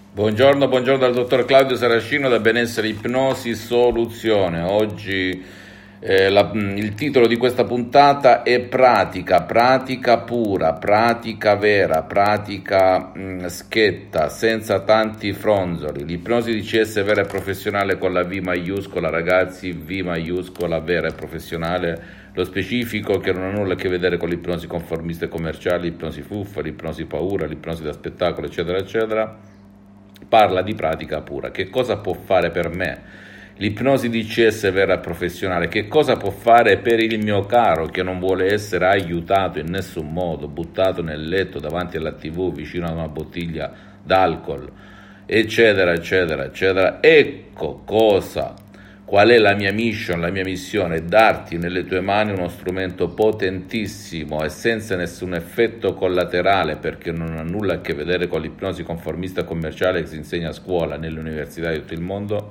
Buongiorno dal dottor Claudio Saracino da Benessere Ipnosi Soluzione. Oggi il titolo di questa puntata è pratica pura, pratica vera, pratica schietta, senza tanti fronzoli. L'ipnosi DCS vera e professionale con la V maiuscola, ragazzi, V maiuscola, vera e professionale. Lo specifico che non ha nulla a che vedere con l'ipnosi conformista e commerciale, l'ipnosi fuffa, l'ipnosi paura, l'ipnosi da spettacolo, eccetera, eccetera. Parla di pratica pura. Che cosa può fare per me l'ipnosi DCS vera e professionale? Che cosa può fare per il mio caro che non vuole essere aiutato in nessun modo, buttato nel letto davanti alla TV vicino a una bottiglia d'alcol, eccetera, eccetera, eccetera? Ecco qual è la mia mission, la mia missione: darti nelle tue mani uno strumento potentissimo e senza nessun effetto collaterale, perché non ha nulla a che vedere con l'ipnosi conformista commerciale che si insegna a scuola, nelle università di tutto il mondo,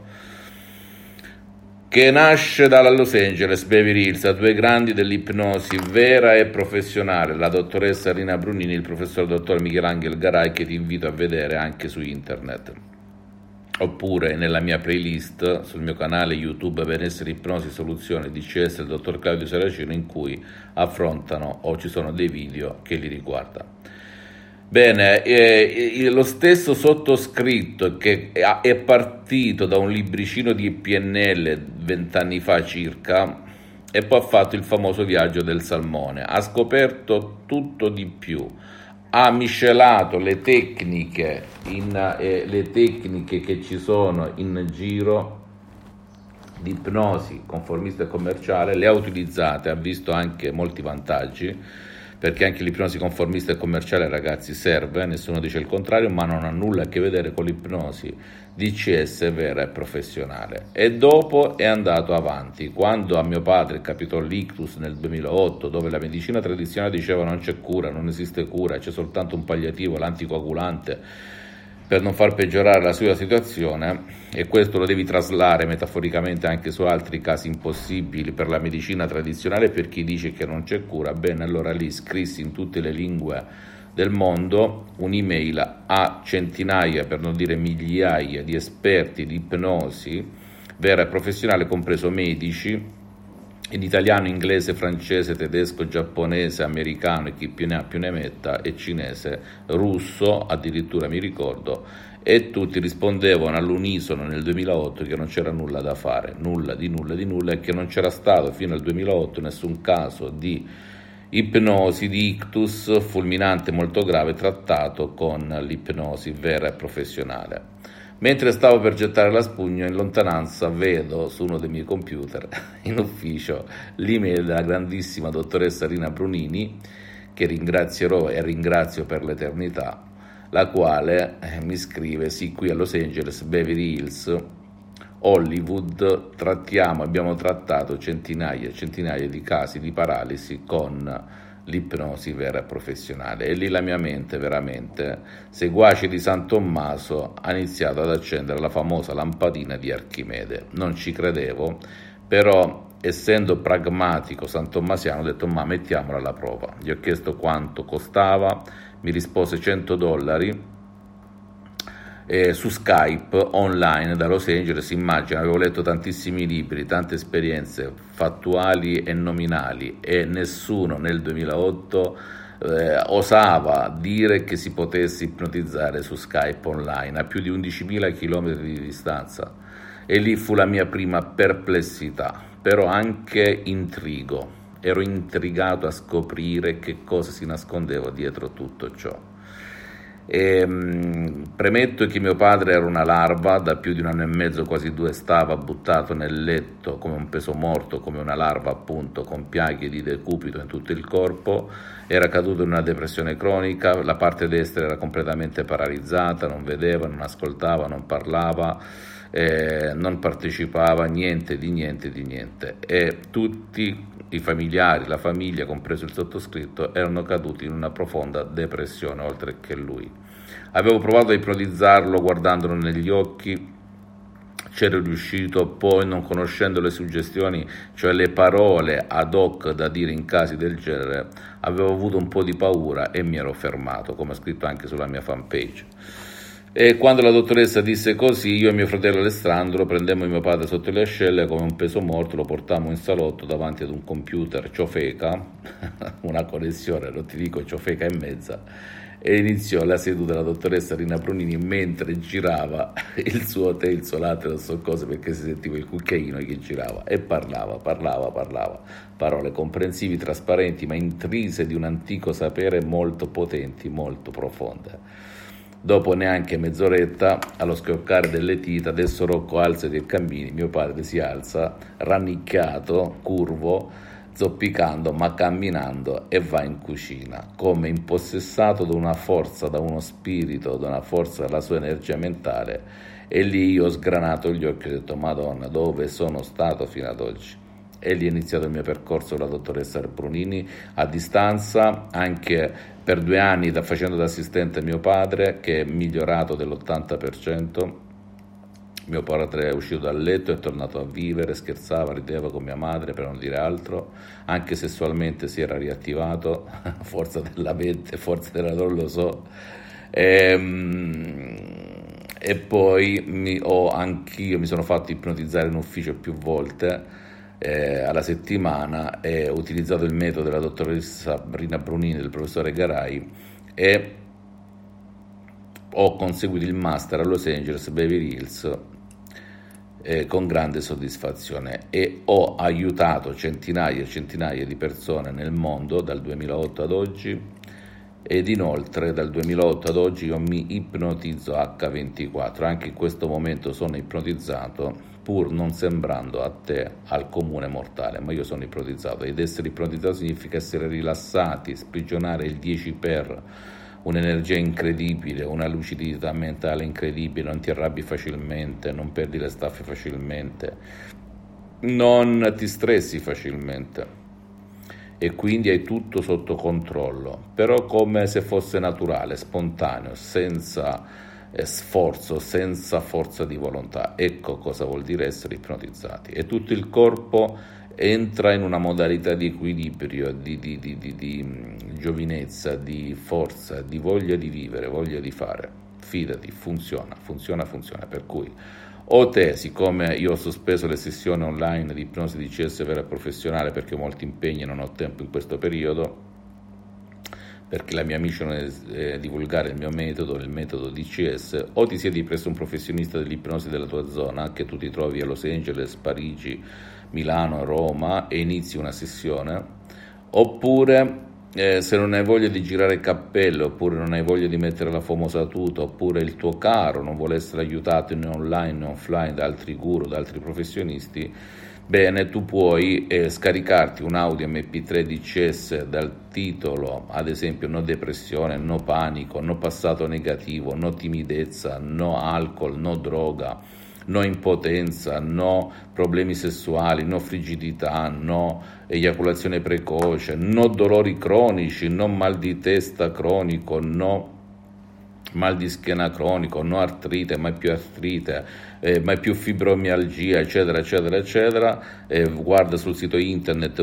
che nasce dalla Los Angeles, Beverly Hills, a due grandi dell'ipnosi vera e professionale, la dottoressa Rina Brunini e il professor dottor Michelangelo Garai, che ti invito a vedere anche su internet, oppure nella mia playlist sul mio canale YouTube Benessere Ipnosi Soluzione DCS del dottor Claudio Saracino, in cui affrontano o ci sono dei video che li riguardano. Bene, lo stesso sottoscritto, che è partito da un libricino di PNL 20 anni fa circa, e poi ha fatto il famoso viaggio del salmone, ha scoperto tutto di più, ha miscelato le tecniche che ci sono in giro di ipnosi conformista e commerciale, le ha utilizzate, ha visto anche molti vantaggi, perché anche l'ipnosi conformista e commerciale, ragazzi, serve, nessuno dice il contrario, ma non ha nulla a che vedere con l'ipnosi DCS vera e professionale. E dopo è andato avanti. Quando a mio padre capitò l'ictus nel 2008, dove la medicina tradizionale diceva non c'è cura, non esiste cura, c'è soltanto un palliativo, l'anticoagulante, per non far peggiorare la sua situazione, e questo lo devi traslare metaforicamente anche su altri casi impossibili per la medicina tradizionale, per chi dice che non c'è cura. Bene, allora lì scrissi in tutte le lingue del mondo un'email a centinaia, per non dire migliaia, di esperti di ipnosi vera e professionale, compreso medici, in italiano, inglese, francese, tedesco, giapponese, americano e chi più ne ha più ne metta, e cinese, russo addirittura, mi ricordo, e tutti rispondevano all'unisono nel 2008 che non c'era nulla da fare, nulla di nulla, e che non c'era stato fino al 2008 nessun caso di ipnosi, di ictus fulminante molto grave trattato con l'ipnosi vera e professionale. Mentre stavo per gettare la spugna, in lontananza vedo su uno dei miei computer in ufficio l'email della grandissima dottoressa Rina Brunini, che ringrazierò e ringrazio per l'eternità, la quale mi scrive: sì, qui a Los Angeles, Beverly Hills, Hollywood, abbiamo trattato centinaia e centinaia di casi di paralisi con l'ipnosi vera e professionale. E lì la mia mente, veramente, seguace di San Tommaso, ha iniziato ad accendere la famosa lampadina di Archimede. Non ci credevo, però essendo pragmatico santommasiano ho detto: ma mettiamola alla prova. Gli ho chiesto quanto costava, mi rispose $100, su Skype online da Los Angeles. Immagina, avevo letto tantissimi libri, tante esperienze fattuali e nominali, e nessuno nel 2008 osava dire che si potesse ipnotizzare su Skype online a più di 11.000 km di distanza. E lì fu la mia prima perplessità, però anche intrigo. Ero intrigato a scoprire che cosa si nascondeva dietro tutto ciò. Premetto che mio padre era una larva, da più di 1 anno e mezzo, quasi 2, stava buttato nel letto come un peso morto, come una larva appunto, con piaghe di decupito in tutto il corpo. Era caduto in una depressione cronica, la parte destra era completamente paralizzata, non vedeva, non ascoltava, non parlava, non partecipava, niente di niente, e tutti i familiari, la famiglia, compreso il sottoscritto, erano caduti in una profonda depressione, oltre che lui. Avevo provato a ipnotizzarlo guardandolo negli occhi, c'ero riuscito, poi, non conoscendo le suggestioni, cioè le parole ad hoc da dire in casi del genere, avevo avuto un po' di paura e mi ero fermato, come ho scritto anche sulla mia fanpage. E quando la dottoressa disse così, io e mio fratello Alessandro prendemmo mio padre sotto le ascelle come un peso morto, lo portammo in salotto davanti ad un computer ciofeca, una connessione, non ti dico ciofeca e mezza, e iniziò la seduta della dottoressa Rina Brunini mentre girava il suo tè, il suo latte, non so cosa, perché si sentiva il cucchiaino che girava, e parlava, parole comprensivi, trasparenti, ma intrise di un antico sapere, molto potenti, molto profonde. Dopo neanche mezz'oretta, allo schioccare delle dita, adesso Rocco alzati e cammini, mio padre si alza, rannicchiato, curvo, zoppicando ma camminando, e va in cucina, come impossessato da una forza, da uno spirito, da una forza della sua energia mentale. E lì io ho sgranato gli occhi e ho detto: Madonna, dove sono stato fino ad oggi? E lì è iniziato il mio percorso con la dottoressa Brunini, a distanza, anche per 2 anni facendo da assistente a mio padre, che è migliorato dell'80%. Mio padre è uscito dal letto, è tornato a vivere, scherzava, rideva con mia madre, per non dire altro, anche sessualmente si era riattivato, forza della mente, forza della non lo so. E poi anch'io mi sono fatto ipnotizzare in ufficio più volte, alla settimana, e ho utilizzato il metodo della dottoressa Rina Brunini, del professore Garai, e ho conseguito il master a Los Angeles, Beverly Hills, con grande soddisfazione, e ho aiutato centinaia e centinaia di persone nel mondo dal 2008 ad oggi. Ed inoltre dal 2008 ad oggi io mi ipnotizzo H24, anche in questo momento sono ipnotizzato, pur non sembrando a te, al comune mortale, ma io sono ipnotizzato, ed essere ipnotizzato significa essere rilassati, sprigionare il 10 per, un'energia incredibile, una lucidità mentale incredibile, non ti arrabbi facilmente, non perdi le staffe facilmente, non ti stressi facilmente, e quindi hai tutto sotto controllo, però come se fosse naturale, spontaneo, senza sforzo, senza forza di volontà. Ecco cosa vuol dire essere ipnotizzati, e tutto il corpo entra in una modalità di equilibrio, di giovinezza, di forza, di voglia di vivere, voglia di fare. Fidati, funziona, per cui o te, siccome io ho sospeso le sessioni online di ipnosi DCS vera e professionale perché ho molti impegni e non ho tempo in questo periodo, perché la mia mission è divulgare il mio metodo, il metodo DCS, o ti siedi presso un professionista dell'ipnosi della tua zona, che tu ti trovi a Los Angeles, Parigi, Milano, Roma, e inizi una sessione, oppure se non hai voglia di girare il cappello, oppure non hai voglia di mettere la famosa tuta, oppure il tuo caro non vuole essere aiutato né online né offline da altri guru, da altri professionisti, bene, tu puoi scaricarti un audio MP3 DCS dal titolo, ad esempio, no depressione, no panico, no passato negativo, no timidezza, no alcol, no droga, no impotenza, no problemi sessuali, no frigidità, no eiaculazione precoce, no dolori cronici, no mal di testa cronico, no mal di schiena cronico, no artrite, mai più artrite, mai più fibromialgia, eccetera, eccetera, eccetera. Guarda sul sito internet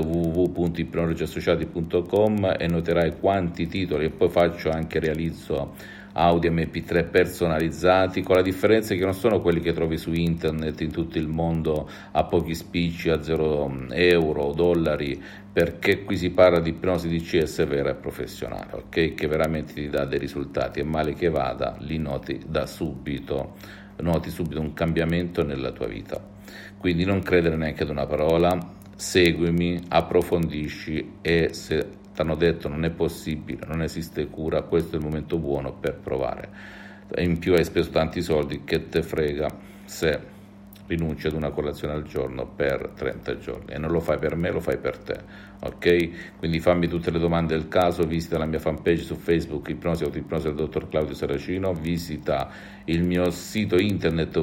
www.ipnologiassociati.com e noterai quanti titoli, e poi realizzo audio MP3 personalizzati, con la differenza che non sono quelli che trovi su internet in tutto il mondo a pochi spicci, a 0 euro o dollari, perché qui si parla di ipnosi DCS vera e professionale, ok? Che veramente ti dà dei risultati, e male che vada li noti subito un cambiamento nella tua vita. Quindi non credere neanche ad una parola, seguimi, approfondisci, e se ti hanno detto non è possibile, non esiste cura, questo è il momento buono per provare. In più hai speso tanti soldi, che te frega se rinunci ad una colazione al giorno per 30 giorni, e non lo fai per me, lo fai per te, ok? Quindi fammi tutte le domande del caso, visita la mia fanpage su Facebook, Ipnosi Autoipnosi del dottor Claudio Saracino, visita il mio sito internet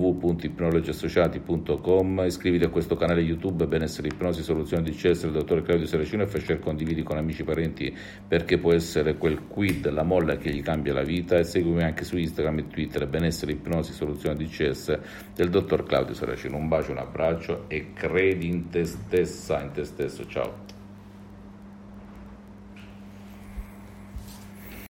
www.ipnologiassociati.com, iscriviti a questo canale YouTube Benessere Ipnosi Soluzione DCS del dottor Claudio Saracino, e fai share, condividi con amici e parenti, perché può essere quel quid, la molla che gli cambia la vita, e seguimi anche su Instagram e Twitter Benessere Ipnosi Soluzione DCS del dottor Claudio Saracino. Un bacio, un abbraccio, e credi in te stessa, in te stesso. Ciao.